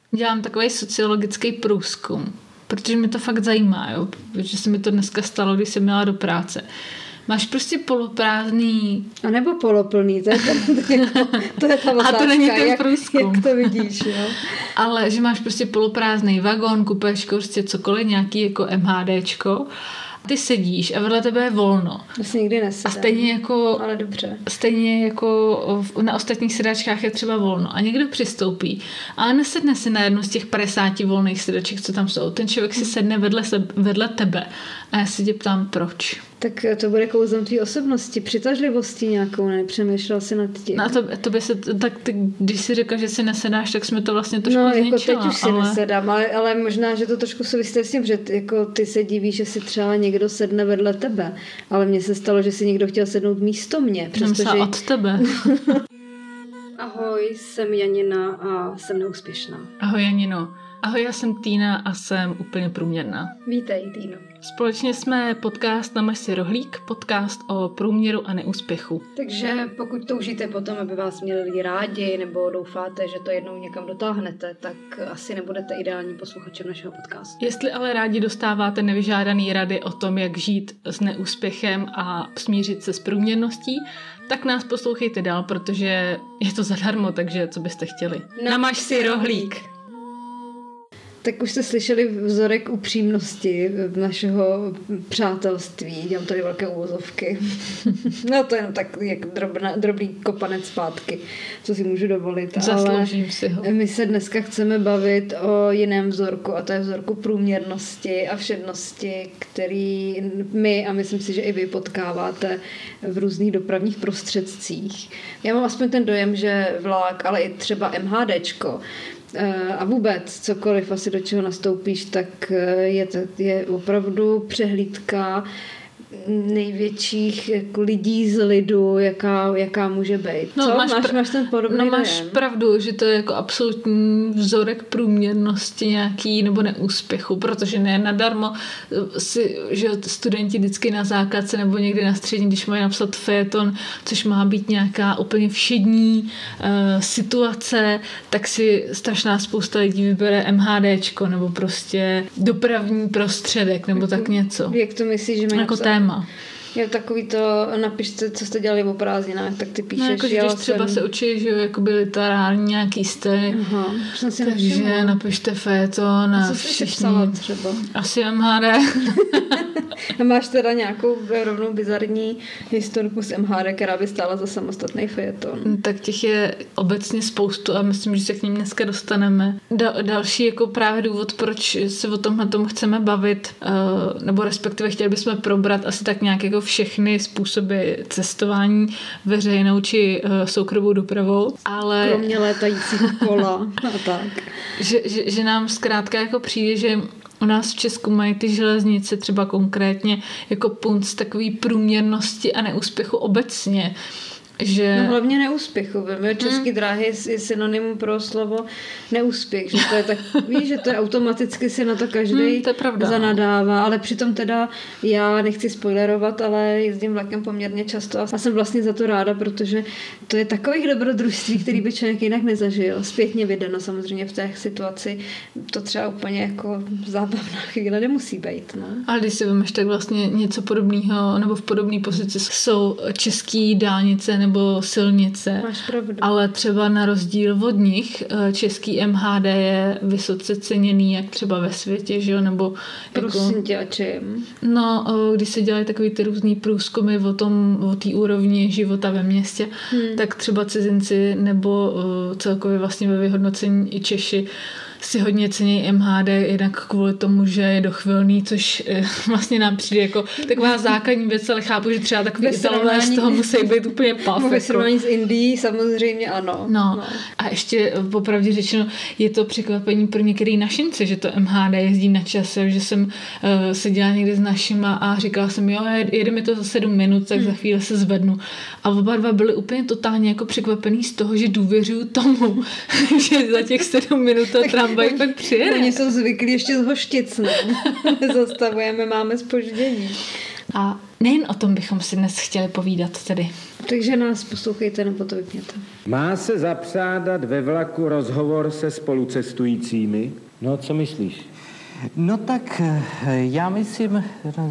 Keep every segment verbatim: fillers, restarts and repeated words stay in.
dělám takový sociologický průzkum, protože mě to fakt zajímá, jo? Protože se mi to dneska stalo, když jsem měla do práce. Máš prostě poloprázdný... A nebo poloplný, to je, to, jako, to je ta otázka. A to není ten jak, průzkum. Jak to vidíš, jo? Ale že máš prostě poloprázdný vagón, kupečko, prostě cokoliv, nějaký jako MHDčko, ty sedíš a vedle tebe je volno. Vlastně nikdy nesedám. A stejně jako... Ale dobře. Stejně jako na ostatních sedačkách je třeba volno. A někdo přistoupí, ale nesedne si na jednu z těch padesáti volných sedaček, co tam jsou. Ten člověk si sedne vedle, se, vedle tebe. A já se tě ptám, proč? Tak to bude kouzlem tvý osobnosti, přitažlivosti nějakou, nepřemýšlel si nad tím. No a to, to by se, tak ty, když si řekla, že si nesedáš, tak jsme to vlastně trošku no, zničila. No, jako teď už si ale... nesedám, ale, ale možná, že to trošku souvisí s tím, že ty, jako ty se divíš, že si třeba někdo sedne vedle tebe, ale mně se stalo, že si někdo chtěl sednout místo mě. Přestože... od tebe. Ahoj, jsem Janina a jsem neúspěšná. Ahoj Janino. Ahoj, já jsem Týna a jsem úplně průměrná. Vítej, Týno. Společně jsme podcast Namaž si rohlík, podcast o průměru a neúspěchu. Takže pokud toužíte potom, aby vás měli lidi rádi, nebo doufáte, že to jednou někam dotáhnete, tak asi nebudete ideálním posluchačem našeho podcastu. Jestli ale rádi dostáváte nevyžádaný rady o tom, jak žít s neúspěchem a smířit se s průměrností, tak nás poslouchejte dál, protože je to zadarmo, takže co byste chtěli. Namaž si rohlík. Tak už jste slyšeli vzorek upřímnosti našeho přátelství. Dělám tady velké uvozovky. No to je jenom tak jak drobná, drobný kopanec zpátky, co si můžu dovolit. Zasloužím ale si ho. My se dneska chceme bavit o jiném vzorku a to je vzorku průměrnosti a všednosti, který my a myslím si, že i vy potkáváte v různých dopravních prostředcích. Já mám aspoň ten dojem, že vlak, ale i třeba MHDčko a vůbec cokoliv asi do čeho nastoupíš, tak je, je opravdu přehlídka největších jako lidí z lidu, jaká, jaká může být. No, Co? Máš, máš, pr- máš ten podobný No máš dojem? pravdu, že to je jako absolutní vzorek průměrnosti nějaký nebo neúspěchu, protože ne nadarmo si, že studenti vždycky na základce nebo někdy na střední, když mají napsat fejeton, což má být nějaká úplně všední uh, situace, tak si strašná spousta lidí vybere MHDčko nebo prostě dopravní prostředek nebo tak něco. Jak to myslíš, že mají jako napsat? Téma. Jo, takový to, napište, co jste dělali o prázdninách, tak ty píšeš. No, jako, když třeba jsem... se učí, že jakoby literární nějaký styl, takže napište fejeton a co jsi psala třeba? Asi M H D. A máš teda nějakou rovnou bizarní historku z M H D, která by stála za samostatný fejeton? Tak těch je obecně spoustu a myslím, že se k ním dneska dostaneme. Da- další jako právě důvod, proč se o tomhle tomu chceme bavit, uh, nebo respektive chtěli bychom probrat asi tak nějak jako všechny způsoby cestování veřejnou či uh, soukromou dopravou, ale... Kromě létajícího kola a tak. Že, že, že nám zkrátka jako přijde, že u nás v Česku mají ty železnice třeba konkrétně jako punc takový průměrnosti a neúspěchu obecně. Že... No hlavně neúspěchu. Víme, český hmm. dráhy je synonymum pro slovo neúspěch. Že to je tak, víš, že to je automaticky si na to každý hmm, to zanadává. Ale přitom teda já nechci spoilerovat, ale jezdím vlakem poměrně často a jsem vlastně za to ráda, protože to je takových dobrodružství, který by člověk jinak nezažil. Zpětně viděno samozřejmě v té situaci. To třeba úplně jako zábavná chvíle nemusí být. No. Ale když si vemeš, tak vlastně něco podobného, nebo v podobné pozici jsou české dálnice nebo silnice. Máš pravdu. Ale třeba na rozdíl od nich český M H D je vysoce ceněný, jak třeba ve světě, že jo, nebo prosím jako, tě, a čím? No, když se dělají takový ty různý průzkumy o tom, o té úrovni života ve městě, hmm. tak třeba cizinci nebo celkově vlastně ve vyhodnocení i Češi si hodně cení M H D, jednak kvůli tomu, že je dochvilný, což vlastně nám přijde jako taková základní věc, ale chápu, že třeba takový Italové z toho musí být úplně paf. Ve srovnání s Indií samozřejmě ano. No. no. A ještě popravdě řečeno, je to překvapení pro některý našince, že to M H D jezdí na čase, že jsem uh, seděla někde s našima a říkala jsem, jo, jede mi to za sedm minut, tak hmm. za chvíli se zvednu. A oba dva byli úplně totálně jako překvapený z toho, že důvěřuju tomu, že za těch sedm minut to tramvaj pak přijede. Oni jsou zvyklí ještě z Hoštic, ne? Zastavujeme, máme zpoždění. A nejen o tom bychom si dnes chtěli povídat tedy. Takže nás poslouchejte nebo to vypněte. Má se zapřádat ve vlaku rozhovor se spolucestujícími? No, co myslíš? No tak já myslím,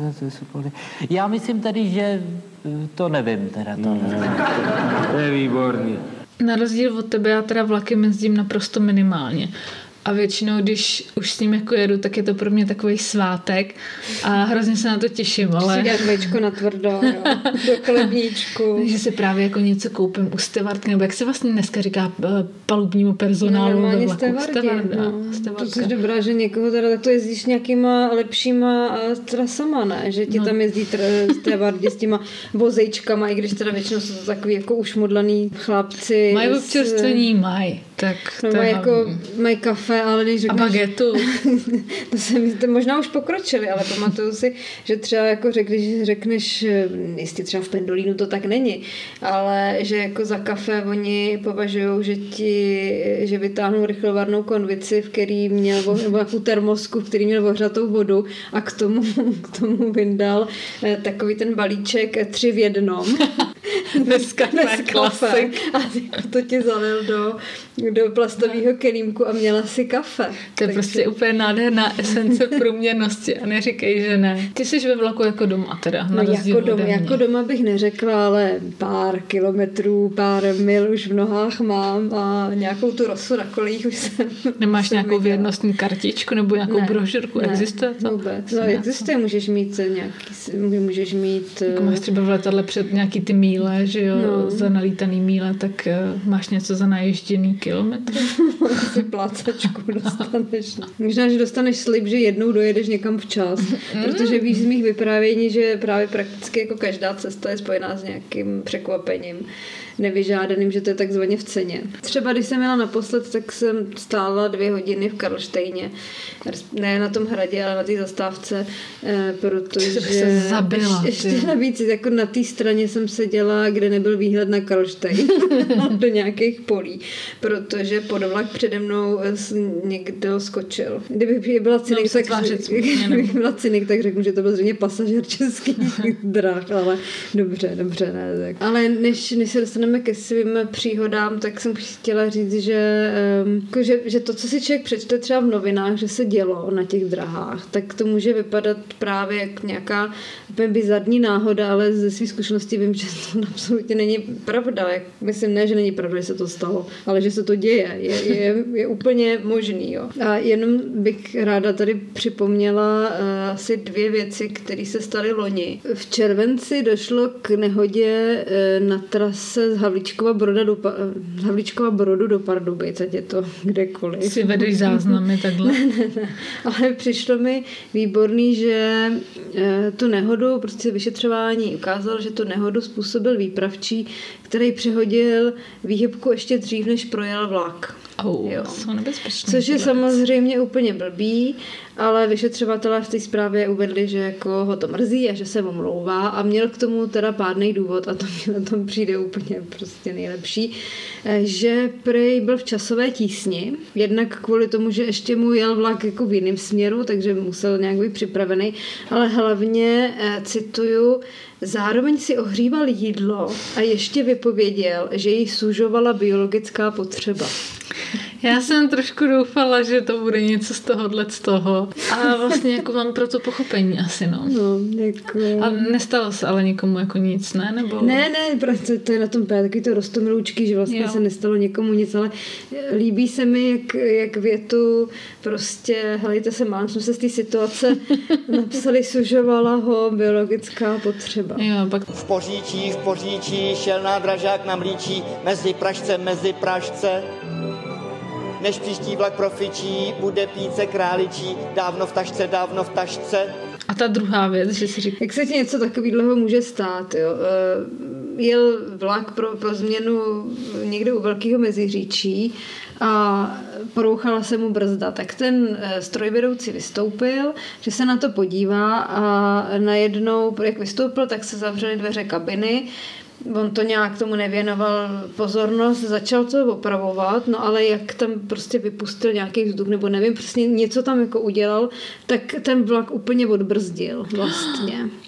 já myslím tady, že to nevím teda. To, no, to je výborný. Na rozdíl od tebe já teda vlaky jezdím naprosto minimálně. A většinou, když už s ním jako jedu, tak je to pro mě takový svátek a hrozně se na to těším, ale... Si dělat vejčko na tvrdo, jo, do chlebníčku. Že si právě jako něco koupím u stevardky, nebo jak se vlastně dneska říká palubnímu personálu no, ve vlaku. Stevarda, no. To jsi dobrá, že někoho teda tak to jezdíš nějakýma lepšíma trasama, ne? Že ti no. tam jezdí tr- stevardi s těma vozejčkama, i když teda většinou jsou to takový jako ušmodlaný chlapci. Mají občerstvení, mají. Tak no, mají jako, mají kafe, ale když řekneš... A bagetu. to se mi, to možná už pokročili, ale pamatuju si, že třeba jako řek, když řekneš, jistě třeba v Pendolínu to tak není, ale že jako za kafe oni považují, že ti, že vytáhnou rychlovarnou konvici, v který měl, nebo nějakou termosku, v který měl ohřatou vodu a k tomu, k tomu vyndal takový ten balíček tři v jednom. Dneska klasik. A to ti zalil do, do plastového kelímku a měla si kafe. To je takže... prostě úplně nádherná esence průměrnosti a neříkej, že ne. Ty jsi ve vlaku jako doma teda. No jako doma, jako doma bych neřekla, ale pár kilometrů, pár mil už v nohách mám a nějakou tu rosu na kolích už jsem... Nemáš jsem nějakou viděla. Věrnostní kartičku nebo nějakou ne, brožurku? Ne, existuje to? Vůbec. No existuje, můžeš mít nějaký, můžeš mít... Jako máš třeba v letadle před nějaký ty míle, že jo, no. za nalítaný míle, tak uh, máš něco za naježděný kilometry? si plácačku dostaneš. Možná, že dostaneš slib, že jednou dojedeš někam včas, mm. protože víš z mých vyprávění, že právě prakticky jako každá cesta je spojená s nějakým překvapením nevyžádaným, že to je takzvaně v ceně. Třeba když jsem jela naposled, tak jsem stála dvě hodiny v Karlštejně. Ne na tom hradě, ale na té zastávce, protože se zabila, ještě, ještě navíc jako na té straně jsem seděla, kde nebyl výhled na Karlštejn do nějakých polí, protože pod vlak přede mnou někdo skočil. Kdybych byla cynik, no, tak, kdybych byla cynik, tak řeknu, že to byl zřejmě pasažér českých drah, ale dobře, dobře, ne. Tak. Ale než, než se dostaneme ke svým příhodám, tak jsem chtěla říct, že, um, že, že to, co si člověk přečte třeba v novinách, že se dělo na těch drahách, tak to může vypadat právě jak nějaká úplně bizarní náhoda, ale ze své zkušenosti vím, že to absolutně není pravda. Jak, myslím, ne, že není pravda, že se to stalo, ale že se to děje. Je, je, je úplně možný. Jo. A jenom bych ráda tady připomněla uh, asi dvě věci, které se staly loni. V červenci došlo k nehodě uh, na trase z Havlíčkova Broda do, z Havlíčkova Brodu do Pardubic, ať je to kdekoliv. Si vedeš záznamy takhle? ne, ne, ne. Ale přišlo mi výborný, že e, tu nehodu, prostě vyšetřování ukázalo, že tu nehodu způsobil výpravčí, který přehodil výhybku ještě dřív, než projel vlak. Oh, jsou nebezpečný. Což je samozřejmě úplně blbý, ale vyšetřovatelé v té zprávě uvedli, že jako ho to mrzí a že se omlouvá a měl k tomu teda pádnej důvod a to mi na tom přijde úplně prostě nejlepší, že prej byl v časové tísni, jednak kvůli tomu, že ještě mu jel vlak jako v jiném směru, takže musel nějak být připravený, ale hlavně, cituju, zároveň si ohříval jídlo a ještě vypověděl, že jí sužovala biologická potřeba. Já jsem trošku doufala, že to bude něco z tohohle z toho. A vlastně jako mám pro to pochopení asi, no. No, jako... A nestalo se ale nikomu jako nic, ne? Nebo... Ne, ne, protože to je na tom pé, takový to roztomilůčky, že vlastně jo. se nestalo někomu nic, ale líbí se mi, jak, jak větu prostě, helejte se, málem jsme se z té situace napsali, sužovala ho biologická potřeba. Jo, pak... V Poříčí, v Poříčí šel nádražák na Mlíčí, mezi Pražce, mezi Pražce. Než příští vlak profičí, bude píce králičí, dávno v tašce, dávno v tašce. A ta druhá věc, že si říká... Jak se ti něco takového může stát, jo? Jel vlak pro, pro změnu někde u Velkého Meziříčí a porouchala se mu brzda. Tak ten strojvedoucí vystoupil, že se na to podívá a najednou, jak vystoupil, tak se zavřely dveře kabiny. On to nějak tomu nevěnoval pozornost, začal to opravovat, no ale jak tam prostě vypustil nějaký vzduch, nebo nevím, prostě něco tam jako udělal, tak ten vlak úplně odbrzdil vlastně.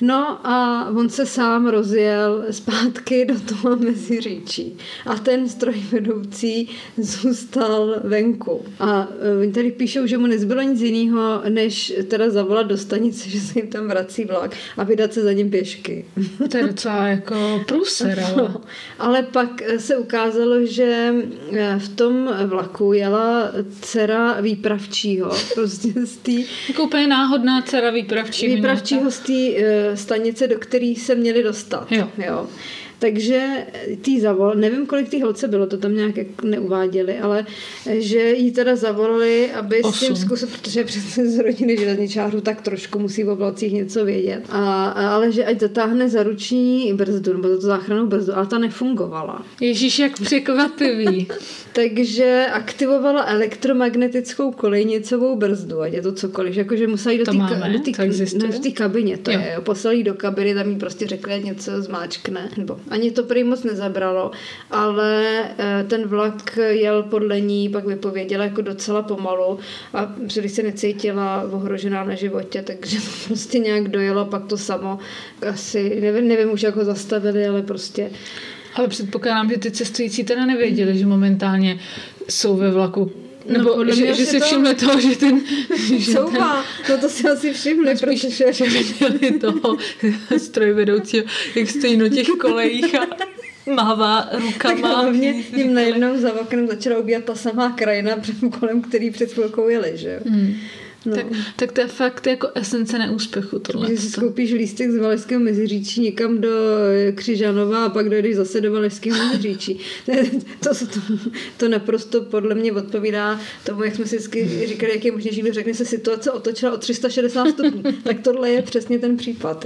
No a on se sám rozjel zpátky do toho Meziříčí. A ten strojvedoucí zůstal venku. A oni tady píšou, že mu nezbylo nic jiného, než teda zavolat do stanice, že se jim tam vrací vlak a vydat se za ním pěšky. To je docela jako průser, ale... No, ale pak se ukázalo, že v tom vlaku jela dcera výpravčího. Prostě z té... Jako úplně náhodná dcera výpravčího. Výpravčího z té uh, stanice, do které se měli dostat. Jo. Jo. Takže tý zavol, nevím, kolik tý holce bylo, to tam nějak neuváděli, ale že jí teda zavolali, aby s tím zkusil, protože přece z rodiny železničářů tak trošku musí o vlacích něco vědět. A, ale že ať zatáhne za ruční brzdu, nebo za tu záchrannou brzdu, ale ta nefungovala. Ježíš, jak překvapivý. Takže aktivovala elektromagnetickou kolejnicovou brzdu, ať je to cokoliv, jakože musela jít do té no, v té kabině, to jo. je, poslali jí do kabiny, tam jí prostě řekli, ať něco zmáčkne, nebo ani to prý moc nezabralo, ale ten vlak jel podle ní, pak vypověděla jako docela pomalu a když se necítila ohrožená na životě, takže to prostě nějak dojelo, pak to samo asi, nevím, nevím už, jak ho zastavili, ale prostě... Ale předpokládám, že ty cestující teda nevěděli, že momentálně jsou ve vlaku. Nebo no, že, že si to... všimli toho, že ten... Souvá, ten, no to si asi všimli, protože... že viděli toho strojvedoucího, jak stojí na těch kolejích a mává rukama. Tak hlavně jim najednou za oknem začala ubíhat ta samá krajina, kolem který před chvilkou jeli, že jo. Hmm. No. Tak, tak to je fakt jako esence neúspěchu tohle. Když si skoupíš lístek z Valašského Meziříčí někam do Křižanova a pak dojdeš zase do Valašského Meziříčí. To, to, to, to naprosto podle mě odpovídá tomu, jak jsme si vždycky říkali, jak je možné, že někdo řekne, se situace otočila o tři sta šedesát stupňů. Tak tohle je přesně ten případ.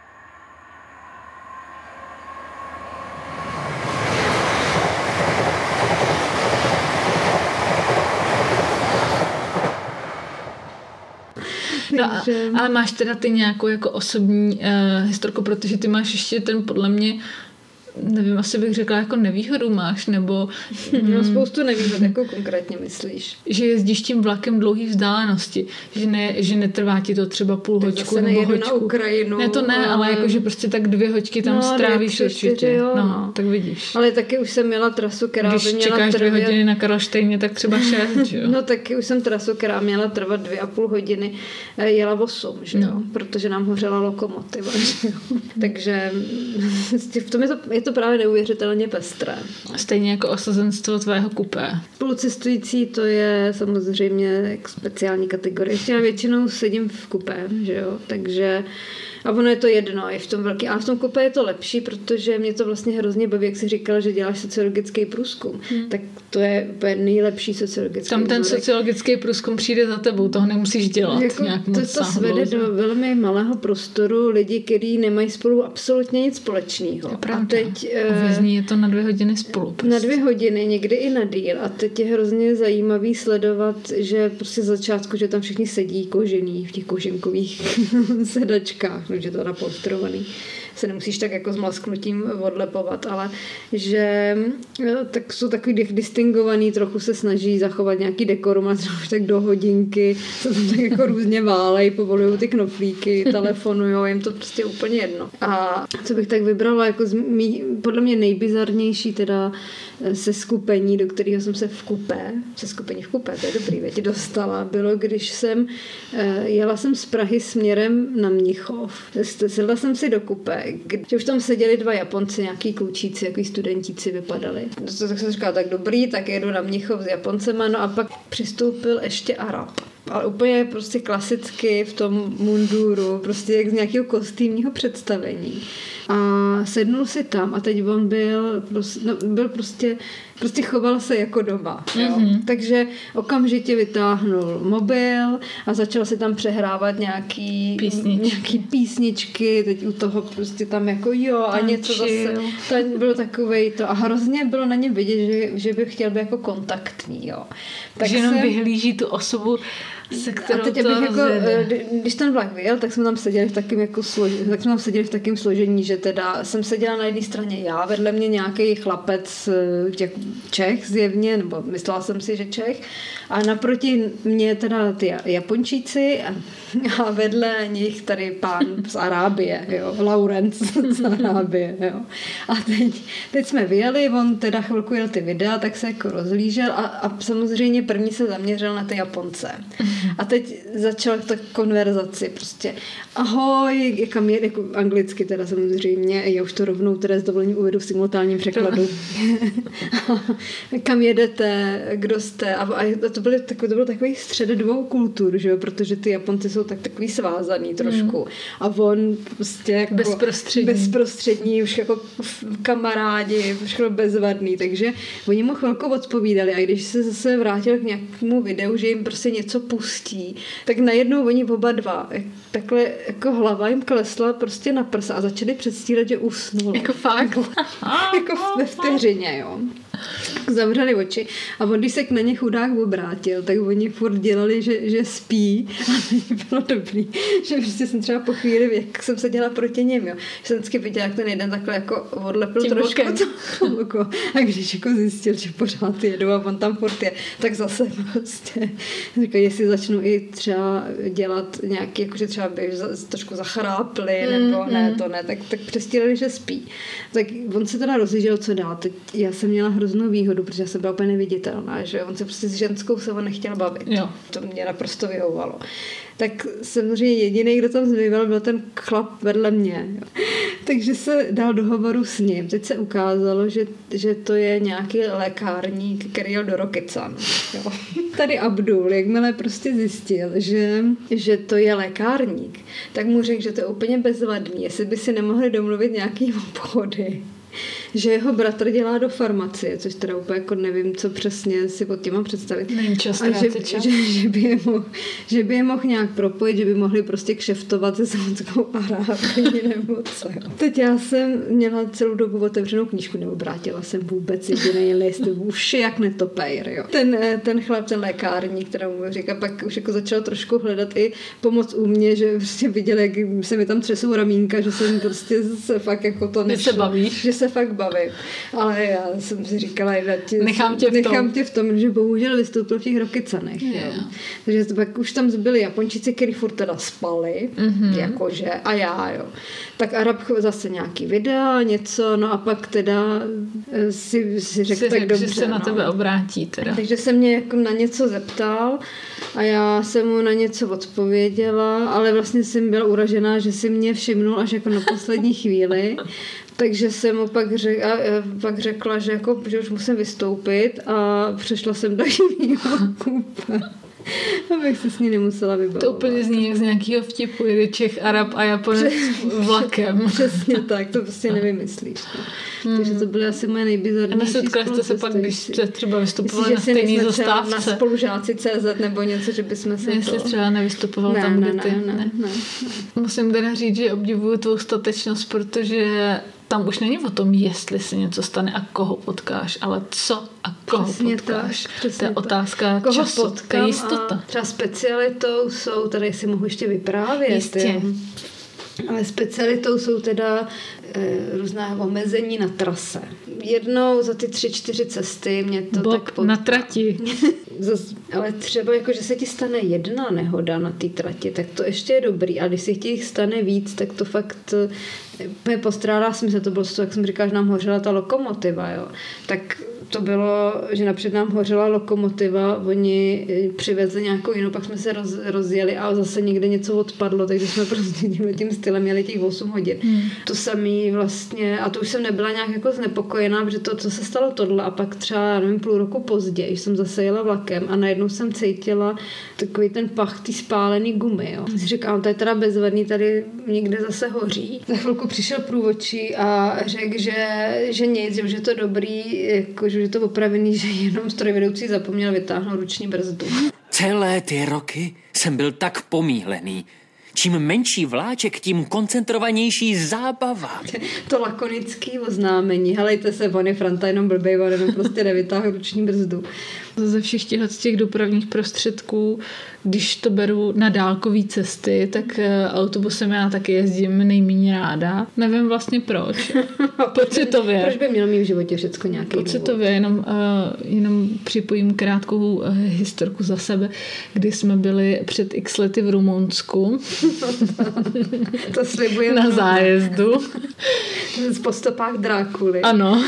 No, ale máš teda ty nějakou jako osobní uh, historku, protože ty máš ještě ten podle mě, nevím, asi bych řekla, jako nevýhodu máš, nebo... Mm, no spoustu nevýhod, jako konkrétně myslíš? Že jezdíš tím vlakem dlouhý vzdálenosti, že, ne, že netrvá ti to třeba půl tak hoďku nebo hoďku. Na Ukrajinu. Ne, to ne, ale, ale jako, že prostě tak dvě hoďky tam no, strávíš určitě. Jo, no, no, tak vidíš. Ale taky už jsem měla trasu, která Když by měla čekáš trvat... dvě hodiny na Karlštejně, tak třeba šest, že jo? No taky už jsem trasu, která měla trvat dvě a půl hodiny, jela osm, že jo? No. Protože nám hořela lokomotiva, že jo? Takže v tom je to, je to právě neuvěřitelně pestré. Stejně jako osazenstvo tvého kupé. Spolucestující to je samozřejmě speciální kategorie. Já většinou sedím v kupé, že jo, takže a ono je to jedno, i v tom velký. A v tom kupé je to lepší, protože mě to vlastně hrozně baví, jak jsi říkala, že děláš sociologický průzkum. Hmm. Tak to je úplně nejlepší sociologický Tam ten vzorek. Sociologický průzkum přijde za tebou, toho nemusíš dělat. Jako nějak to, moc to svede do velmi malého prostoru lidi, kteří nemají spolu absolutně nic společného. A teď uvězní je to na dvě hodiny spolu. Prostě. Na dvě hodiny, někdy i na díl. A teď je hrozně zajímavý sledovat, že prostě z začátku, že tam všichni sedí kožený v těch koženkových sedačkách, že to je napolstrovaný. Se nemusíš tak jako s mlasknutím odlepovat, ale že jo, tak jsou takový distingovaný, trochu se snaží zachovat nějaký dekorum a třeba tak do hodinky se tam tak jako různě válej, povolují ty knoflíky, telefonujou, jim to prostě úplně jedno. A co bych tak vybrala, jako z mý, podle mě nejbizarnější teda seskupení, do kterého jsem se v kupé, seskupení v kupé, to je dobrý, větě, dostala, bylo, když jsem jela jsem z Prahy směrem na Mnichov. Sedla jsem si do kupé, že už tam seděli dva Japonci, nějaký klučíci, jaký studentíci vypadali. Tak jsem říkala, tak dobrý, tak jedu na Mnichov s Japoncema, no a pak přistoupil ještě Arab. Ale úplně prostě klasicky v tom munduru, prostě jak z nějakého kostýmního představení. A sednul si tam a teď on byl, prostě, no, byl prostě, prostě choval se jako doma. Mm-hmm. Takže okamžitě vytáhnul mobil a začal si tam přehrávat nějaký písničky. nějaký písničky, teď u toho prostě tam jako jo a tam něco zase. To bylo takovej to a hrozně bylo na něm vidět, že, že by chtěl být jako kontaktní. Jo. Tak že jenom jsem... vyhlíží tu osobu Se kterou a teď to abych jako, rozjede. když ten vlak vyjel, tak jsme tam seděli v takém jako složení, tak jsme tam seděli v takém složení, že teda jsem seděla na jedné straně já, vedle mě nějaký chlapec těch Čech zjevně, nebo myslela jsem si, že Čech, a naproti mě teda ty Japončíci a, a vedle nich tady pán z Arábie, jo, Lawrence z Arábie, jo. A teď, teď jsme vyjeli, on teda chvilku jel ty videa, tak se jako rozhlížel a, a samozřejmě první se zaměřil na ty Japonce. A teď začal tak konverzaci prostě. Ahoj, kam je, jako anglicky teda samozřejmě, já už to rovnou teda s dovolením uvedu v simultánním překladu. Kam jedete, kdo jste? A, a to, byly, tak, to byl takový střed dvou kultur, že jo? Protože ty Japonci jsou tak takový svázaný trošku. Mm. A on prostě jako bezprostřední. bezprostřední, už jako kamarádi, všechno bezvadný, takže oni mu chvilku odpovídali a když se zase vrátil k nějakému videu, že jim prostě něco pustí, tak najednou oni oba dva, takhle jako hlava jim klesla prostě na prsa a začali předstírat, že usnul. Jako fakt? Jako ve vteřině, jo. Zavřeli oči a on, když se k na ně chudák obrátil, tak oni furt dělali, že, že spí a bylo dobrý, že prostě jsem třeba po chvíli, jak jsem seděla proti něm, jo, že jsem vždycky viděla, jak ten jeden takhle jako odlepil tím trošku bokem. to a když jako zjistil, že pořád jedou a on tam furt je, tak zase prostě říkal, jestli začnu i třeba dělat nějaký, jakože třeba by trošku zachrápli, nebo mm, ne, to ne, tak, tak přestírali, že spí. Tak on se teda rozjížděl, co dál. Teď já jsem měla hroznou výhodu, protože jsem byla úplně neviditelná, že on se prostě s ženskou se on nechtěl bavit. Jo. To mě naprosto vyhovovalo. Tak samozřejmě jediný, kdo tam zbýval, byl ten chlap vedle mě. Jo. Takže se dal do hovoru s ním. Teď se ukázalo, že, že to je nějaký lékárník, který jel do Rokycan. Jo. Tady Abdul, jakmile prostě zjistil, že, že to je lékárník, tak mu řekl, že to je úplně bezvadný, jestli by si nemohli domluvit nějaký obchody, že jeho bratr dělá do farmacie, což teda úplně jako nevím, co přesně si pod tím mám představit. Nevím, čas, a že, že, že, by je mohl, že by je mohl nějak propojit, že by mohli prostě kšeftovat se Saudskou Arábií nebo co. Teď já jsem měla celou dobu otevřenou knížku, neobrátila jsem vůbec jediný list, už jak netopejr, jo. Ten, ten chlap, ten lékárník, kterému říká, pak už jako začal trošku hledat i pomoc u mě, že prostě viděl, jak se mi tam třesou ramínka, že jsem prostě se fakt jako to nešlo. Se bavíš? Že se fakt baví. Ale já jsem si říkala, tě, nechám, tě v, nechám tom. tě v tom, že bohužel vystoupil v těch Rokycanech. Yeah. Jo. Takže pak už tam byli Japončici, kteří furt teda spali, mm-hmm. jakože, a já, jo. Tak Arab zase nějaký videa, něco, no a pak teda si, si řekl si tak řek, dobře. že se no. na tebe obrátí teda. Takže se mě jako na něco zeptal a já jsem mu na něco odpověděla, ale vlastně jsem byla uražená, že si mě všimnul až jako na poslední chvíli. Takže jsem mu pak, řek, a, a pak řekla, že, jako, že už musím vystoupit a přešla jsem do jiného koupe. Abych se s ní nemusela vybavovat. To úplně zní jak z nějakého vtipu, jde Čech, Arab a Japonec vlakem. Přesně tak, to prostě nevymyslíš. Hmm. Takže to byly asi moje nejbizarnější spolucesty. A nesetkali jste se pak, když jste třeba vystupovali na stejný zastávce? Na spolužáci tečka cé zet nebo něco, že bychom se Jestli to... třeba nevystupoval ne, tam, kde ne, ty. Ne, ne, ne, ne. Musím teda říct, že obdivuju tvou statečnost, protože tam už není o tom, jestli se něco stane a koho potkáš, ale co a koho přesně potkáš. Tak, to je otázka koho času, potkám to je jistota. A třeba specialitou jsou, tady si mohu ještě vyprávět. Jistě. Jo. Ale specialitou jsou teda e, různá omezení na trase. Jednou za ty tři, čtyři cesty mě to Bob tak... Pod... na trati. Zas, ale třeba jako, že se ti stane jedna nehoda na té trati, tak to ještě je dobrý. A když se ti jich stane víc, tak to fakt mě postrádá smysl. To bylo to, jak jsem říkala, že nám hořela ta lokomotiva, jo. Tak to bylo, že napřed nám hořela lokomotiva, oni přivezli nějakou jinou, pak jsme se roz, rozjeli a zase někde něco odpadlo, takže jsme prostě tím stylem měli těch osm hodin. Hmm. To samý vlastně, a to už jsem nebyla nějak jako znepokojená, protože to, co se stalo tohle a pak třeba, nevím, půl roku později jsem zase jela vlakem a najednou jsem cítila takový ten pach ty spálený gumy, jo. Si říkám, to je teda bezvadný, tady někde zase hoří. Za chvilku přišel průvodčí a řekl, že, že nic, že už je to dobrý, jako, že je to opravený, že jenom strojvedoucí zapomněl vytáhnout ruční brzdu. Celé ty roky jsem byl tak pomílený. Čím menší vláček, tím koncentrovanější zábava. To lakonické oznámení. Helejte se, on je Franta jenom blbej, on jenom prostě nevytáhl ruční brzdu. Ze všech těchto těch dopravních prostředků, když to beru na dálkové cesty, tak autobusem já taky jezdím nejméně ráda. Nevím vlastně proč. Pocitově. Proč by mělo mít v životě všecko nějaký Pocitově, jenom, uh, jenom připojím krátkou uh, historku za sebe, kdy jsme byli před x lety v Rumunsku. To slibuje na zájezdu. Z po stopách Drákuly. Ano.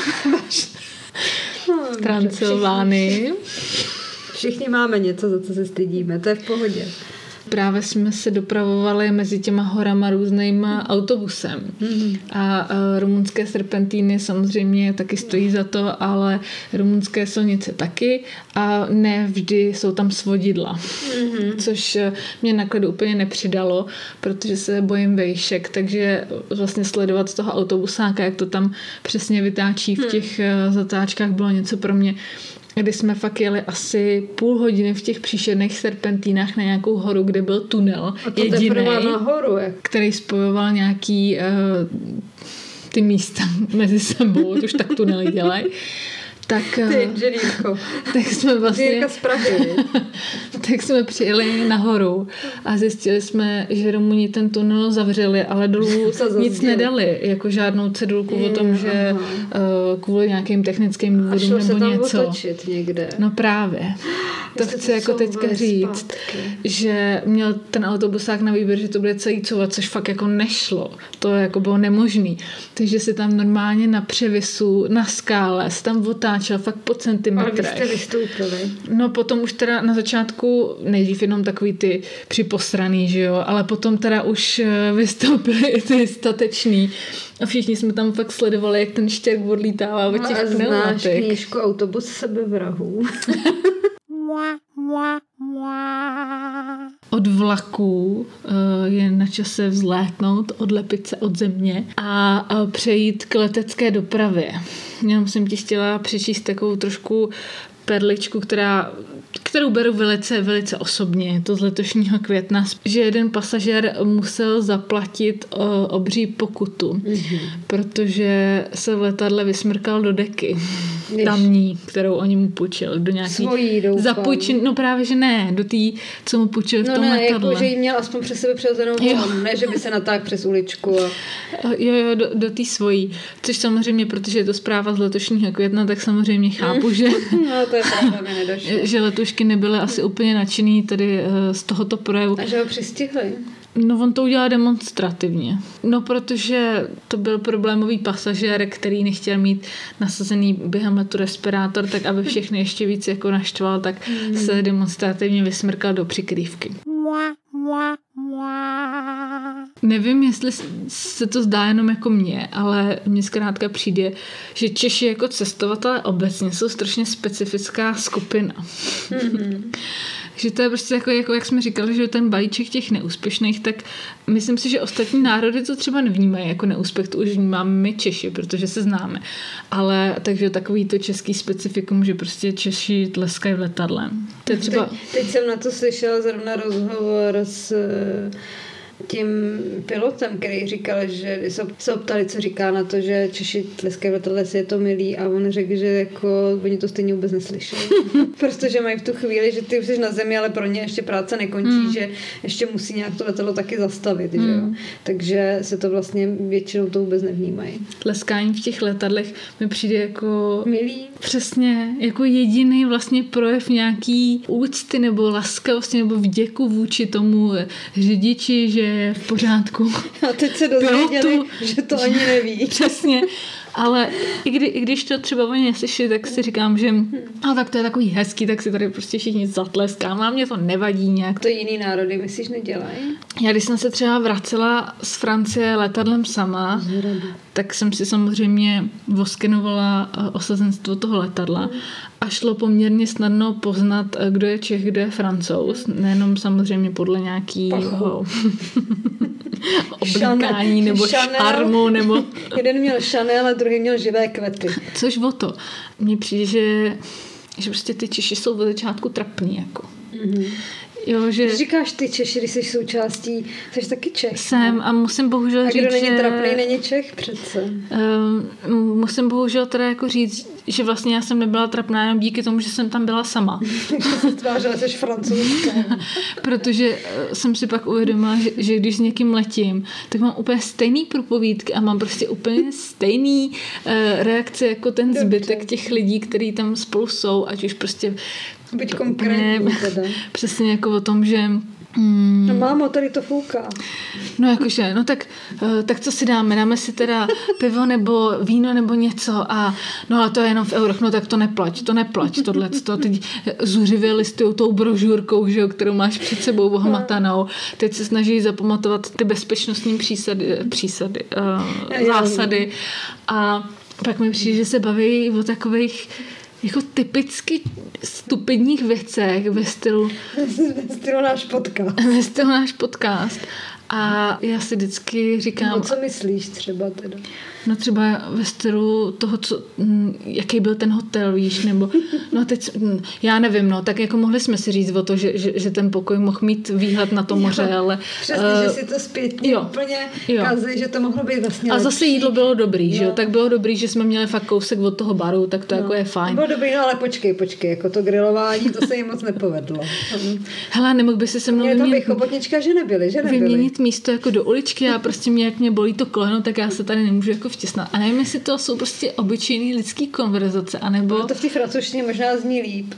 V Transylvánii. Všichni máme něco, za co se stydíme, to je v pohodě. Právě jsme se dopravovali mezi těma horama různým autobusem. Mm. A, a rumunské serpentíny samozřejmě taky stojí za to, ale rumunské silnice taky a ne vždy jsou tam svodidla. Mm. Což mě nakonec úplně nepřidalo, protože se bojím vejšek, takže vlastně sledovat toho autobusáka, jak to tam přesně vytáčí v těch mm. zatáčkách, bylo něco pro mě, kdy jsme fakt jeli asi půl hodiny v těch příšerných serpentínách na nějakou horu, kde byl tunel jedinej, který spojoval nějaký uh, ty místa mezi sebou, už tak tunely dělají. Tak, Ty inženýrko. Tak jsme vlastně z Prahy. tak jsme přijeli nahoru a zjistili jsme, že Rumuni ten tunel zavřeli, ale dolů nic nedali, jako žádnou cedulku je, o tom, že uh, kvůli nějakým technickým důvodům nebo se tam něco. Otočit někde. No právě. To Jestli chci to jako teďka říct, zpátky. že měl ten autobusák na výběr, že to bude celý couvat, což fakt jako nešlo. To jako bylo nemožný. Takže si tam normálně na převisu, na skále, se tam otáčel fakt po centimetrech. Ale vy jste vystoupili. No potom už teda na začátku nejdřív jenom takový ty připosraný, že jo, ale potom teda už vystoupili i ty stateční. A všichni jsme tam fakt sledovali, jak ten štěrk odlítává od těch pneumatik. pneumatik. Znáš knížku Autobus sebevrahů? Od vlaků je na čase vzlétnout, odlepit se od země a přejít k letecké dopravě. Jenom jsem ti chtěla přečíst takovou trošku perličku, která, kterou beru velice, velice osobně. Je to z letošního května, že jeden pasažér musel zaplatit o, obří pokutu, mm-hmm. protože se v letadle vysmrkal do deky. Jež. Tamní, kterou oni mu půjčil. Do nějaký Svojí, doufám. Zapůjčin, no právě, že ne. Do té, co mu půjčil v no tom ne, letadle. jako, že jí měl aspoň přes sebe přehozenou hlavu. Ne, že by se natáhl přes uličku. A... Jo, jo, do, do té svojí. Což samozřejmě, protože je to zpráva z letošního května, tak samozřejmě chápu, mm. že... no to je pravda, mi nedošlo. Že letušky nebyly asi úplně nadšený tady z tohoto projevu. A že ho přistihli. No on to udělal demonstrativně. No protože to byl problémový pasažér, který nechtěl mít nasazený během letu respirátor, tak aby všechny ještě víc jako naštval, tak mm. se demonstrativně vysmrkal do přikrývky. Nevím, jestli se to zdá jenom jako mně, ale mně zkrátka přijde, že Češi jako cestovatelé obecně jsou strašně specifická skupina. Mm-hmm. Že to je prostě jako, jako, jak jsme říkali, že ten balíček těch neúspěšných, tak myslím si, že ostatní národy to třeba nevnímají jako neúspěch, to už vnímáme my Češi, protože se známe. Ale takže takový to český specifikum, že prostě Češi tleskají v letadle. To je třeba... teď, teď jsem na to slyšela zrovna rozhovor s tím pilotem, který říkal, že se optali, co říká na to, že Češi tleskají v letadle, si je to milý, a on řekl, že jako oni to stejně vůbec neslyšeli. Protože mají v tu chvíli, že ty už jsi na zemi, ale pro ně ještě práce nekončí, mm. že ještě musí nějak to letadlo taky zastavit, mm. že jo. Takže se to vlastně většinou to vůbec nevnímají. Tleskání v těch letadlech mi přijde jako... milý. Přesně, jako jediný vlastně projev nějaký úcty nebo laskavosti nebo vděku vůči tomu řidiči, že je v pořádku. A teď se dozvěděli, že to ani neví. Přesně. Ale i, kdy, i když to třeba oni neslyšeli, tak si říkám, že a tak to je takový hezký, tak si tady prostě všichni zatleskám a mě to nevadí nějak. To jiný národy, myslíš, nedělají? Já když jsem se třeba vracela z Francie letadlem sama, Zhradu. tak jsem si samozřejmě voskenovala osazenstvo toho letadla mm. a šlo poměrně snadno poznat, kdo je Čech, kdo je Francouz. Nejenom samozřejmě podle nějakého oblikání nebo šarmu. Nebo... Jeden měl Chanel a druhý měl živé kvety. Což o to. Mně přijde, že, že prostě ty Češi jsou od začátku trapný. Jako. Mm-hmm. Jo, že... Říkáš ty Češi, když jsi součástí, jsi taky Čech. Jsem a musím bohužel a říct, kdo není že... trapný, není Čech přece. Um, musím bohužel teda jako říct, že vlastně já jsem nebyla trapná jenom díky tomu, že jsem tam byla sama. Takže se tvářila, že jsi francouzská. Protože jsem si pak uvědomila, že, že když s někým letím, tak mám úplně stejný propovídky a mám prostě úplně stejný uh, reakce jako ten Dobře. zbytek těch lidí, kteří tam spolu jsou, ať už prostě Buď konkrétní teda. Přesně jako o tom, že Mm. No mámo, tady to fouká. No jakože, no tak, tak co si dáme? Dáme si teda pivo nebo víno nebo něco a no ale to je jenom v eurech, no tak to neplať, to neplať, tohleto. Teď zuřivě listujou tou brožurkou, že jo, kterou máš před sebou ohmatanou. Teď se snaží zapamatovat ty bezpečnostní přísady, přísady, uh, zásady a pak mi přijde, že se baví o takových jako typicky stupidních věcech ve stylu ve stylu náš podcast. Ve stylu náš podcast. A já si vždycky říkám... No co myslíš třeba teda? No třeba ve stylu toho, co, jaký byl ten hotel, víš, nebo no teď, já nevím, no, tak jako mohli jsme si říct o to, že, že, že ten pokoj mohl mít výhled na to moře, jo, ale... Přesně, uh, že si to zpětně jo, úplně kazí, že to mohlo být vlastně A lepší. zase jídlo bylo dobrý, no. že jo, tak bylo dobrý, že jsme měli fakt kousek od toho baru, tak to no. jako je fajn. Bylo dobrý, no ale počkej, počkej, jako to grilování, to se jim moc nepovedlo. Hele, nemohl by si se mnou vyměnit... Mě tam chobotnička, že nebyly, že nebyly. Vyměnit místo jako do uličky a prostě mě, jak mě bolí to koleno, tak já se tady nemůžu jako vtěsnat. A nevím, jestli to jsou prostě obyčejný lidský konverzace, anebo... No to v té francouzštině možná zní líp.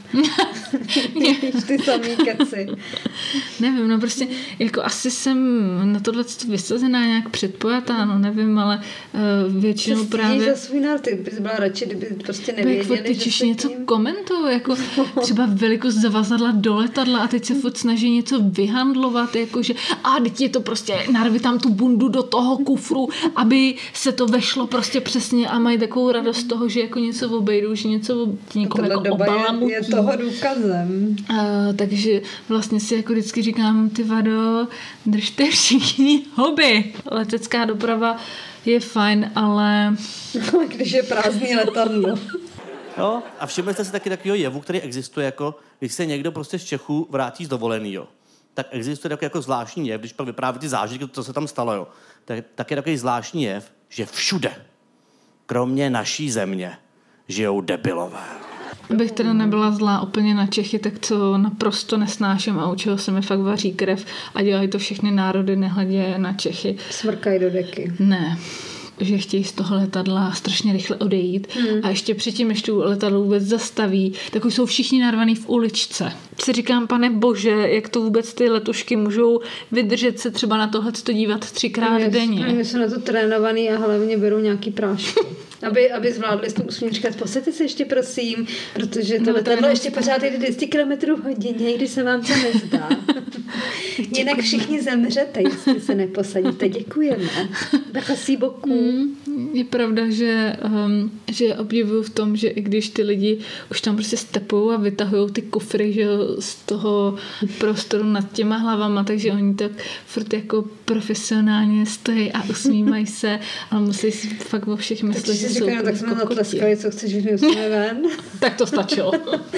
Ty samý keci. Nevím, no prostě jako asi jsem na tohle vysazená nějak předpojatá, no nevím, ale uh, většinou právě... za svůj národ, ty bys byla radši, kdyby prostě nevěděli, jak ty že Češi něco tím... komentují, jako třeba velikost zavazadla do letadla a teď se furt snaží něco vyhandlovat, jakože a teď je to prostě, narvi tam tu bundu do toho kufru, aby se to vešlo prostě přesně a mají takovou radost z toho, že jako něco obejdou, že něco někoho jako obalamutí. Je, je toho důkazem. Uh, takže vlastně si jako vždycky říkám, ty vado, držte všichni hobby. Letecká doprava je fajn, ale... Když je prázdný letadlo. No, a všimli jste si taky takového jevu, který existuje, jako když se někdo prostě z Čechů vrátí z dovolenýho. Tak existuje takový jako zvláštní jev, když pak vypráví ty zážitky, co se tam stalo, jo. Tak, tak je takový zvláštní jev, že všude, kromě naší země, žijou debilové. Abych teda nebyla zlá úplně na Čechy, tak co naprosto nesnáším a u čeho se mi fakt vaří krev a dělají to všechny národy, nehledě na Čechy. Smrkají do deky. Ne. Že chtějí z toho letadla strašně rychle odejít hmm. a ještě předtím, než tu letadlo vůbec zastaví, tak už jsou všichni narvaný v uličce. Si říkám, pane bože, jak to vůbec ty letušky můžou vydržet se třeba na tohle dívat třikrát Mě, denně. Oni jsou na to trénovaný a hlavně berou nějaký prášky. Aby, aby zvládli s tím usměním říkat, posaďte se ještě prosím, protože to letadlo ještě pořád jede deset kilometrů hodině, když se vám to nezdá. Jinak všichni zemřete, jestli se neposadíte. Děkujeme. Merci beaucoup. Mm, je pravda, že, um, že obdivuju v tom, že i když ty lidi už tam prostě stepujou a vytahují ty kufry, že z toho prostoru nad těma hlavama, takže oni tak furt jako profesionálně stojí a usmívají se, ale musí si fakt o všech myslet, že jsou říkají, tak jsme zatleskali, co chceš, že jsme ven. Tak to stačilo.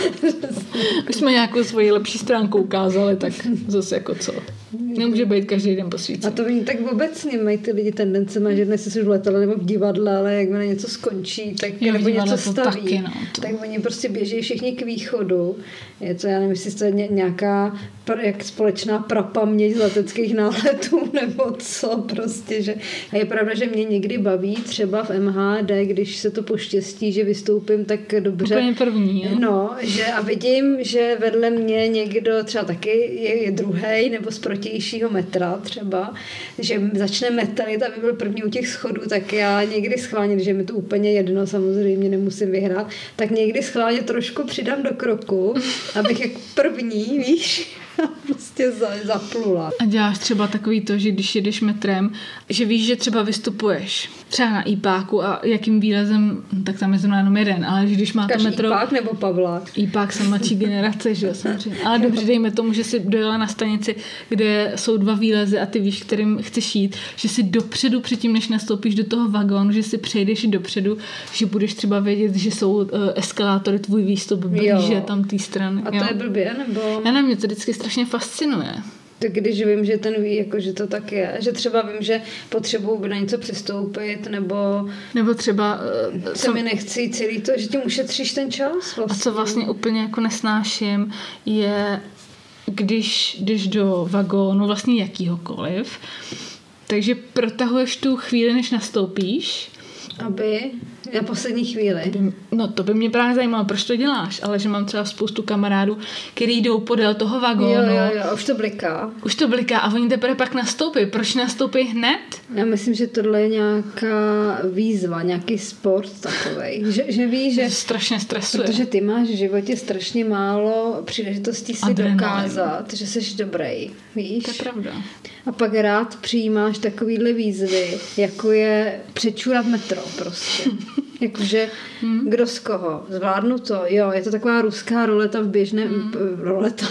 Už jsme nějakou svoji lepší stránku ukázali, tak zase jako co. Nemůže být každý den posvícen. A to oni tak obecně mají ty lidi tendence, má, že dnes jsou v letadle nebo v divadle, ale jakmile něco skončí, tak jo, nebo něco staví, taky, no, to... tak oni prostě běží všichni k východu. Je to, já nevím, jestli to je nějaká jak společná prapaměť z leteckých náletů, nebo co prostě, že... A je pravda, že mě někdy baví třeba v M H D, když se to poštěstí, že vystoupím tak dobře. Úplně první, jo? No, že a vidím, že vedle mě někdo třeba taky je, je druhej, nebo z protějšího metra třeba, že začne metalit, aby byl první u těch schodů, tak já někdy schválně, že mi to úplně jedno, samozřejmě nemusím vyhrát, tak někdy schválně trošku přidám do kroku, abych jak první, víš, prostě prostě zaplula. A děláš třeba takový to, že když jedeš metrem, že víš, že třeba vystupuješ třeba na Ipáku a jakým výlezem, tak tam je zrovna jenom jeden, ale když má to metro... Ipák nebo Pavlák? Ipák jsem mladší generace, že jo, samozřejmě. Ale dobře, dejme tomu, že jsi dojela na stanici, kde jsou dva výlezy a ty víš, kterým chceš jít, že si dopředu předtím, než nastoupíš do toho vagónu, že si přejdeš i dopředu, že budeš třeba vědět, že jsou uh, eskalátory, tvůj výstup blíže tam té strany. A to jo? je blbě, nebo... Já nevím, mě to vždycky strašně fascinuje. Tak když vím, že ten ví, jako, že to tak je, že třeba vím, že potřebuji na něco přistoupit, nebo... Nebo třeba... Uh, se mi nechci celý to, že tím ušetříš ten čas vlastně. A co vlastně úplně jako nesnáším, je, když jdeš do vagónu, vlastně jakýhokoliv, takže protahuješ tu chvíli, než nastoupíš. Aby na poslední chvíli. By, no to by mě právě zajímalo, proč to děláš, ale že mám třeba spoustu kamarádů, který jdou podél toho vagónu. Jo, jo, jo, už to bliká. Už to bliká a oni teprve pak nastoupí. Proč nastoupí hned? Já myslím, že tohle je nějaká výzva, nějaký sport takovej. Že, že víš, že... Strašně stresuje. Protože ty máš v životě strašně málo příležitostí si Adrenalin. dokázat, že jsi dobrý, víš? To je pravda. A pak rád přijímáš takovýhle výzvy, jako je přečůrat metro prostě. Jakože hmm. kdo z koho? Zvládnu to? Jo, je to taková ruská ruleta v běžném... Hmm. Ruleta...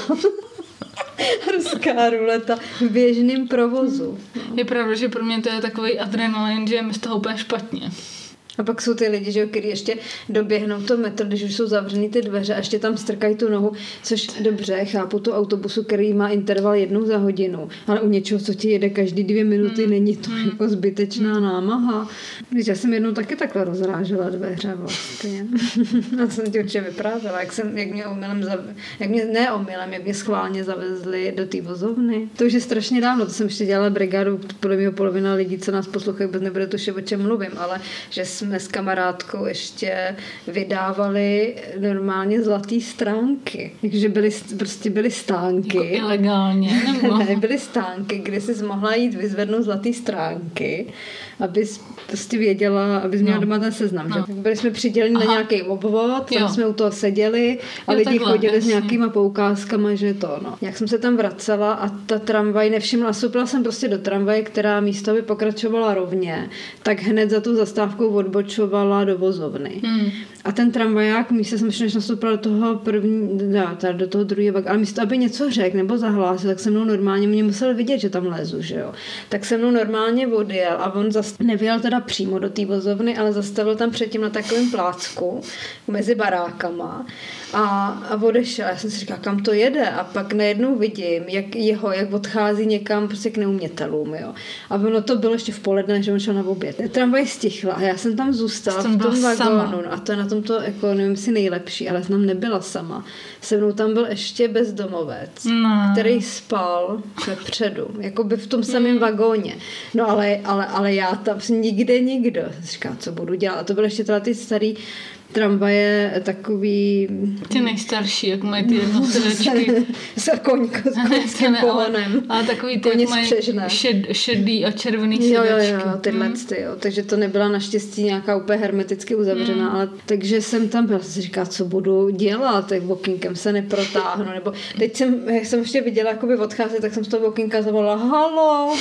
ruská ruleta v běžném provozu. No. Je pravda, že pro mě to je takový adrenalin, že je mi z toho úplně špatně. A pak jsou ty lidi, že, kteří ještě doběhnou to metro, když už jsou zavřený ty dveře a ještě tam strkají tu nohu, což dobře, chápu to autobusu, který má interval jednou za hodinu, ale u něčeho, co ti jede každý dvě minuty, mm. není to mm. jako zbytečná mm. námaha. Když já jsem jednou taky takhle rozrážela dveře vlastně. A jsem ti určitě vyprávěla, jak, jsem, jak mě omylem, zav... jak mě, ne omylem, jak mě schválně zavezli do té vozovny. To už je strašně dávno, to jsem ještě dělala brigádu, podle mě polovina lidí, co nás poslouchají, vůbec nebude tušit, o čem mluvím, ale že jsme s kamarádkou ještě vydávali normálně zlatý stránky. Takže byly, prostě byly stánky. Jako ilegálně, nebo? Ne, byly stánky, kde jsi mohla jít vyzvednout zlatý stránky, abys prostě věděla, abys měla no. doma ten seznam. No. Že? Byli jsme přiděleni Aha. na nějaký obvod, tam jo. jsme u toho seděli a jo, lidi takhle, chodili jasně. s nějakýma poukázkama, že to, no. Jak jsem se tam vracela a ta tramvaj nevšimla, vstoupila jsem prostě do tramvaje, která místo by pokračovala rovně, tak hned za tu zastávkou odbočovala do vozovny. Hmm. A ten tramvaják, místo jsem ještě než nastoupila do toho první, teda do toho druhého, ale místo, aby něco řekl nebo zahlásil, tak se mnou normálně, mě musel vidět, že tam lezu, že jo. Tak se mnou normálně odjel a on zas, nevyjel teda přímo do té vozovny, ale zastavil tam předtím na takovém plácku mezi barákama a, a odešel. Já jsem si říkala, kam to jede? A pak najednou vidím, jak jeho, jak odchází někam prostě k neumětelům, jo. A ono to bylo ještě v poledne, že on šel na oběd. Tramvaj stichla a já jsem tam zůstala v tom vagónu. No a to je na tomto, jako nevím, si nejlepší, ale jsem nebyla sama. Se mnou tam byl ještě bezdomovec, no. který spal vepředu, jako by v tom samém mm. vagóně. No ale, ale, ale já tam nikde nikdo. Říkám, co budu dělat? A to byly ještě teda ty starý tramvaje takový... Ty nejstarší, jak mají ty jednosedačky. S koňko, s koňským pohonem. Ale takový ty, jak mají šed, šedý a červený sedačky. Jo, jo, jo, tyhle hmm. ty, jo. Takže to nebyla naštěstí nějaká úplně hermeticky uzavřená, hmm. ale takže jsem tam byla, jsem si říkala, co budu dělat, tak okýnkem se neprotáhnu, nebo teď jsem, jak jsem ještě viděla, jakoby odcházet, tak jsem z toho okýnka zavolala, halo,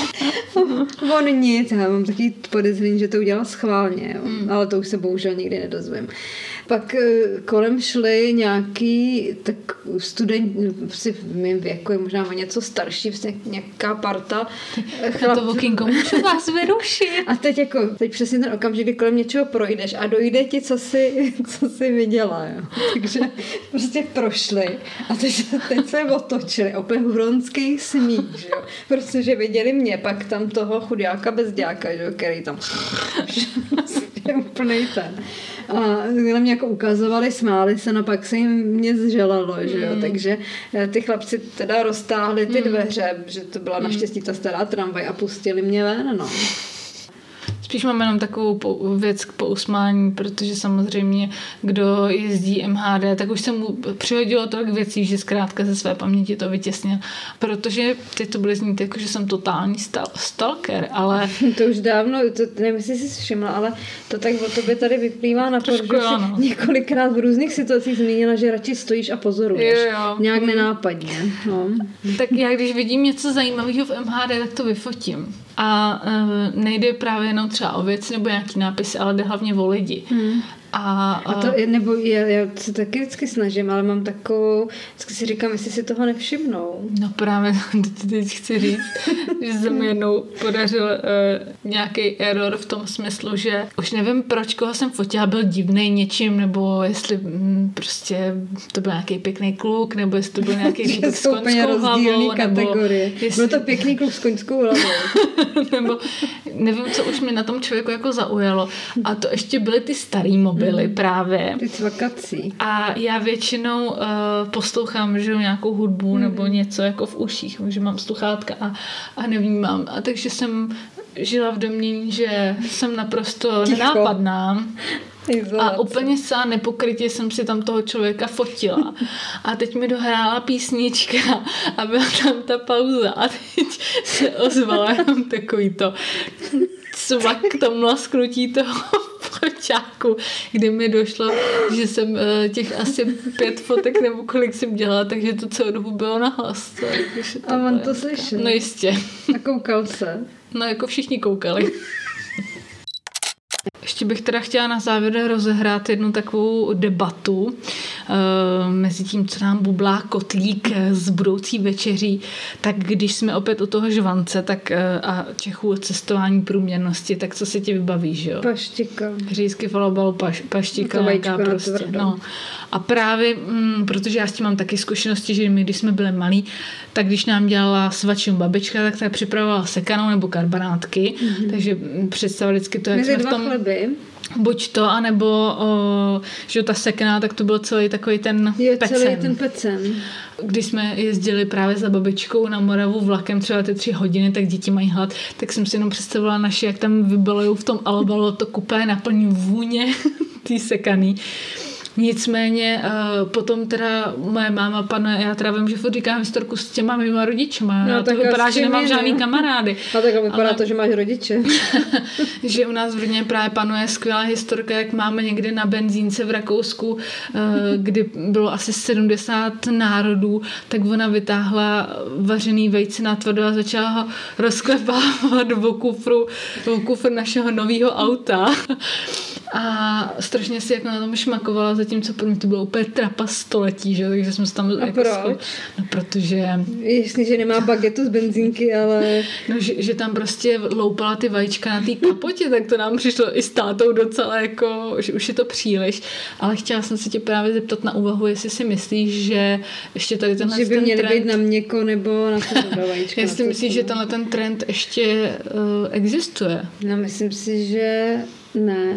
on nic. Já mám takový podezření, že to udělala schválně, jo. Hmm. Ale to už se bohužel nikdy nedozvím. Pak kolem šli nějaký tak student, si v mém věku je možná o něco starší, vlastně nějaká parta. Chlap... To okýnko, můžu vás vyrušit. A teď jako, teď přesně ten okamžik, kdy kolem něčeho projdeš a dojde ti, co jsi, co jsi viděla. Jo. Takže prostě prošli a teď, teď se otočili. Opět huronský smích, jo. Protože viděli mě, pak tam toho chudáka bezďáka, jo, který tam je úplnej ten. A na mě jako ukazovali, smáli se, no pak se jim mě zželalo, že jo, mm. takže ty chlapci teda roztáhli ty dveře, že to byla naštěstí ta stará tramvaj a pustili mě ven, no. Spíš mám jenom takovou věc k pousmání, protože samozřejmě, kdo jezdí M H D, tak už se mu přihodilo tolik věcí, že zkrátka ze své paměti to vytěsnil. Protože teď to bude znít jako, že jsem totální stal- stalker, ale... To už dávno, to nevím, jestli jsi všimla, ale to tak o tobě tady vyplývá na to, že jsi několikrát v různých situacích zmínila, že radši stojíš a pozoruješ. Jo, jo. Nějak nenápadně. No. Tak já, když vidím něco zajímavého v M H D, tak to vyfotím. A e, nejde právě jenom třeba o věci nebo nějaký nápisy, ale jde hlavně o lidi. Hmm. A, a to, nebo já, já se taky vždycky snažím, ale mám takovou, vždycky si říkám, jestli si toho nevšimnou. No právě teď chci říct, že se mi jednou podařil uh, nějaký error v tom smyslu, že už nevím, proč koho jsem fotila, byl divnej něčím, nebo jestli mm, prostě to byl nějaký pěkný kluk, nebo jestli to byl nějaký kluk s koňskou hlavou, kategorie. Nebo jestli... Byl to pěkný kluk s koňskou hlavou. Nebo nevím, co už mi na tom člověku jako zaujalo. A to ještě byly ty starý mobily hmm. právě. Ty cvakací. A já většinou uh, poslouchám, že nějakou hudbu hmm. nebo něco jako v uších, že mám sluchátka a, a nevnímám. A takže jsem žila v domění, že jsem naprosto Ticho. nenápadná. A úplně sám nepokrytě jsem si tam toho člověka fotila. A teď mi dohrála písnička a byla tam ta pauza. A teď se ozvala jenom takový to cvak, to mlasknutí toho pločáku, kdy mi došlo, že jsem těch asi pět fotek nebo kolik jsem dělala, takže to celou dobu bylo nahlas. A on to slyšel? No jistě. A koukal se? No jako všichni koukali. Ještě bych teda chtěla na závěr rozehrát jednu takovou debatu uh, mezi tím, co nám bublá kotlík z budoucí večeří. Tak když jsme opět u toho žvance tak, uh, a Čechů o cestování průměrnosti, tak co se ti vybaví, že jo? Paštika. Řízky falobal, paš, paštika, nějaká prostě. No. A právě, mm, protože já s tím mám taky zkušenosti, že my, když jsme byli malí, tak když nám dělala svačím babička, tak ta připravovala sekanou nebo karbanátky, mm-hmm. takže představili vždycky to, jak mezi jsme v tom... Chleby. Buď to, anebo o, že ta sekna, tak to byl celý takový ten je pecen. celý ten pecen. Když jsme jezdili právě za babičkou na Moravu vlakem třeba ty tři hodiny, tak děti mají hlad, tak jsem si jenom představila naši, jak tam vybalujou v tom alobalu to kupé naplní vůně tý sekaný. Nicméně uh, potom teda moje máma, pane, já teda vím, že furt říkám historku s těma mýma rodičema. No, to vypadá, že nemám žádný kamarády. A tak vypadá ale... to, že máš rodiče. Že u nás v rodině právě panuje skvělá historka, jak máme někdy na benzínce v Rakousku, uh, kdy bylo asi sedmdesát národů, tak ona vytáhla vařený vejce na tvrdo a začala ho rozklepávat do kufru, do kufru našeho nového auta. A strašně si jako na tom šmakovala, zatímco pro mě to bylo úplně trapa století, že? Takže jsme se tam... A jako proč? Schod... No protože... Jasně, že nemá bagetu z benzínky, ale... No, že, že tam prostě loupala ty vajíčka na té kapotě, tak to nám přišlo i s tátou docela jako, že už je to příliš. Ale chtěla jsem se tě právě zeptat na úvahu, jestli si myslíš, že ještě tady tenhle že by ten měly trend... být na měko nebo na to vajíčka. Jestli myslíš, že tenhle ten trend ještě uh, existuje? No, myslím si, že ne.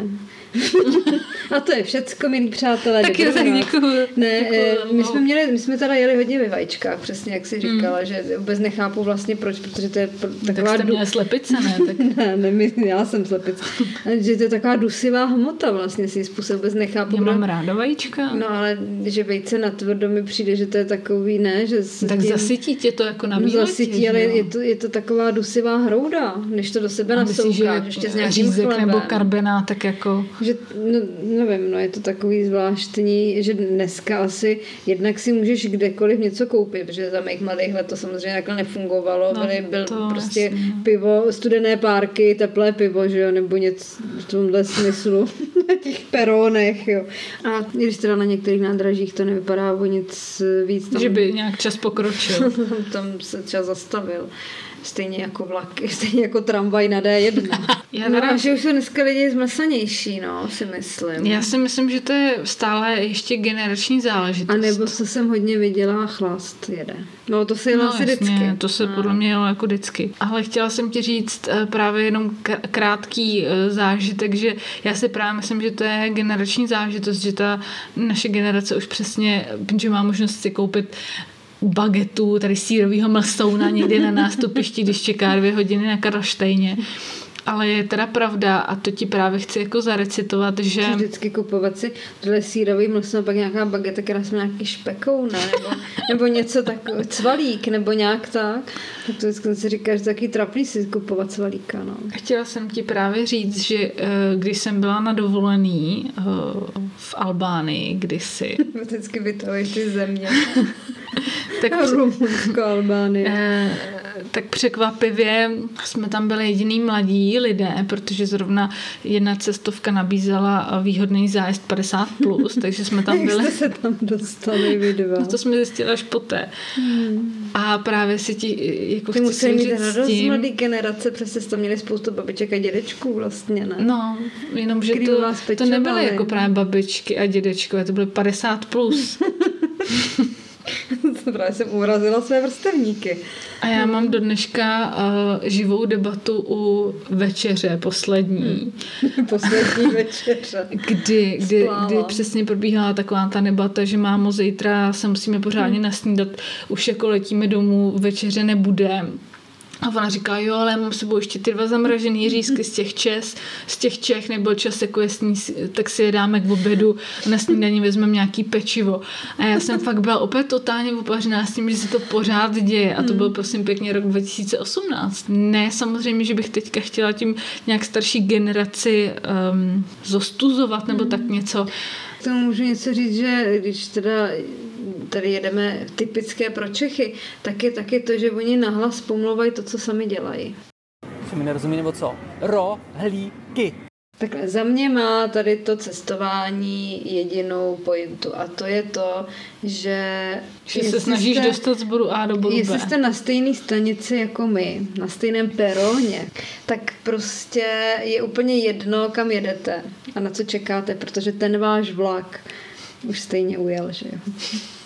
A to je všecko, milí přátelé. Tak jo, tak děkuju. Ne, děkuju. My jsme měli, my jsme teda jeli hodně ve vajíčkách, přesně jak jsi říkala, mm. že vůbec nechápu vlastně proč, protože to je taková... Tak jste měli slepice, ne? Tak... ne, ne, my, já jsem slepice. Že to je taková dusivá hmota vlastně, si způsob vůbec nechápu. Já mám kdo... ráda vajíčka. No, ale že vejce na tvrdo mi přijde, že to je takový, ne? Že tak tím... zasytí tě to jako na výletě. No, zasytí, ale je to, je to taková dusivá hrouda, než to do sebe nasouká. Ještě s nějakým chlebem. Nebo karbená, tak jako... Že, no, nevím, no je to takový zvláštní, že dneska asi jednak si můžeš kdekoliv něco koupit, protože za mých mladých let to samozřejmě takhle nefungovalo, no, byly, byl prostě jasný. Pivo, studené párky, teplé pivo, že jo, nebo něco v tomhle smyslu, na těch peronech, jo. A když teda na některých nádražích to nevypadá o nic víc. Tam, že by nějak čas pokročil. Tam se čas zastavil. Stejně jako vlaky, stejně jako tramvaj na D jedna. Já no, a že už jsou dneska lidi zmlsanější, no, si myslím. Já si myslím, že to je stále ještě generační záležitost. A nebo co jsem hodně viděla, chlast jede. No, to se jelo no, asi jasně, vždycky. To se no. podle mě jelo jako vždycky. Ale chtěla jsem ti říct právě jenom krátký zážitek, že já si právě myslím, že to je generační záležitost, že ta naše generace už přesně, že má možnost si koupit bagetu, tady sírovýho mlstouna někde na nástupišti, když čeká dvě hodiny na Karlštejně. Ale je teda pravda, a to ti právě chci jako zarecitovat, že... Vždycky kupovat si tohle sírový mlsno, pak nějaká bageta, která jsme nějaký špekou, ne? Nebo, nebo něco takového, cvalík, nebo nějak tak. Tak to vždycky si říkáš, že taky trapný si kupovat cvalíka, no. Chtěla jsem ti právě říct, že když jsem byla na dovolený v Albánii kdysi... Vždycky vytahuješ ty země. tak Rumunsko, Albánie. Eh, tak překvapivě jsme tam byli jediný mladí lidé, protože zrovna jedna cestovka nabízela výhodný zájezd padesát plus, takže jsme tam byli... Jak jste se tam dostali vy dva? No to jsme zjistili až poté. Hmm. A právě si ti jako ty museli mít radost tím... z mladý generace, přesně jste tam měli spoustu babiček a dědečků vlastně, ne? No, jenomže to, to nebyly jako právě babičky a dědečkové, to byly padesát plus. Právě jsem urazila své vrstevníky. A já mám do dneška uh, živou debatu u večeře poslední. Hmm. Poslední večeře. Kdy, kdy, kdy přesně probíhala taková ta debata, že mámo, zítra se musíme pořádně hmm. nasnídat, už jako letíme domů, večeře nebude. A ona říká, jo, ale mám s sebou ještě ty dva zamražený řízky z těch Čes, z těch Čech, nebyl čas jako jesní, tak si je dáme k obědu a na snídaní vezmeme nějaký pečivo. A já jsem fakt byla opět totálně opařená s tím, že se to pořád děje. A to byl prosím pěkně rok dva tisíce osmnáct. Ne, samozřejmě, že bych teďka chtěla tím nějak starší generaci um, zostuzovat nebo tak něco. K tomu můžu něco říct, že když teda tady jedeme typické pro Čechy, tak je taky to, že oni nahlas pomlouvají to, co sami dělají. Co mi nerozumí, nebo co? Rohlíky. Takhle, za mě má tady to cestování jedinou pointu a to je to, že... Že se snažíš jste, dostat z bodu A do bodu B. Jestli jste na stejné stanici jako my, na stejném peroně, tak prostě je úplně jedno, kam jedete a na co čekáte, protože ten váš vlak už stejně ujel, že jo.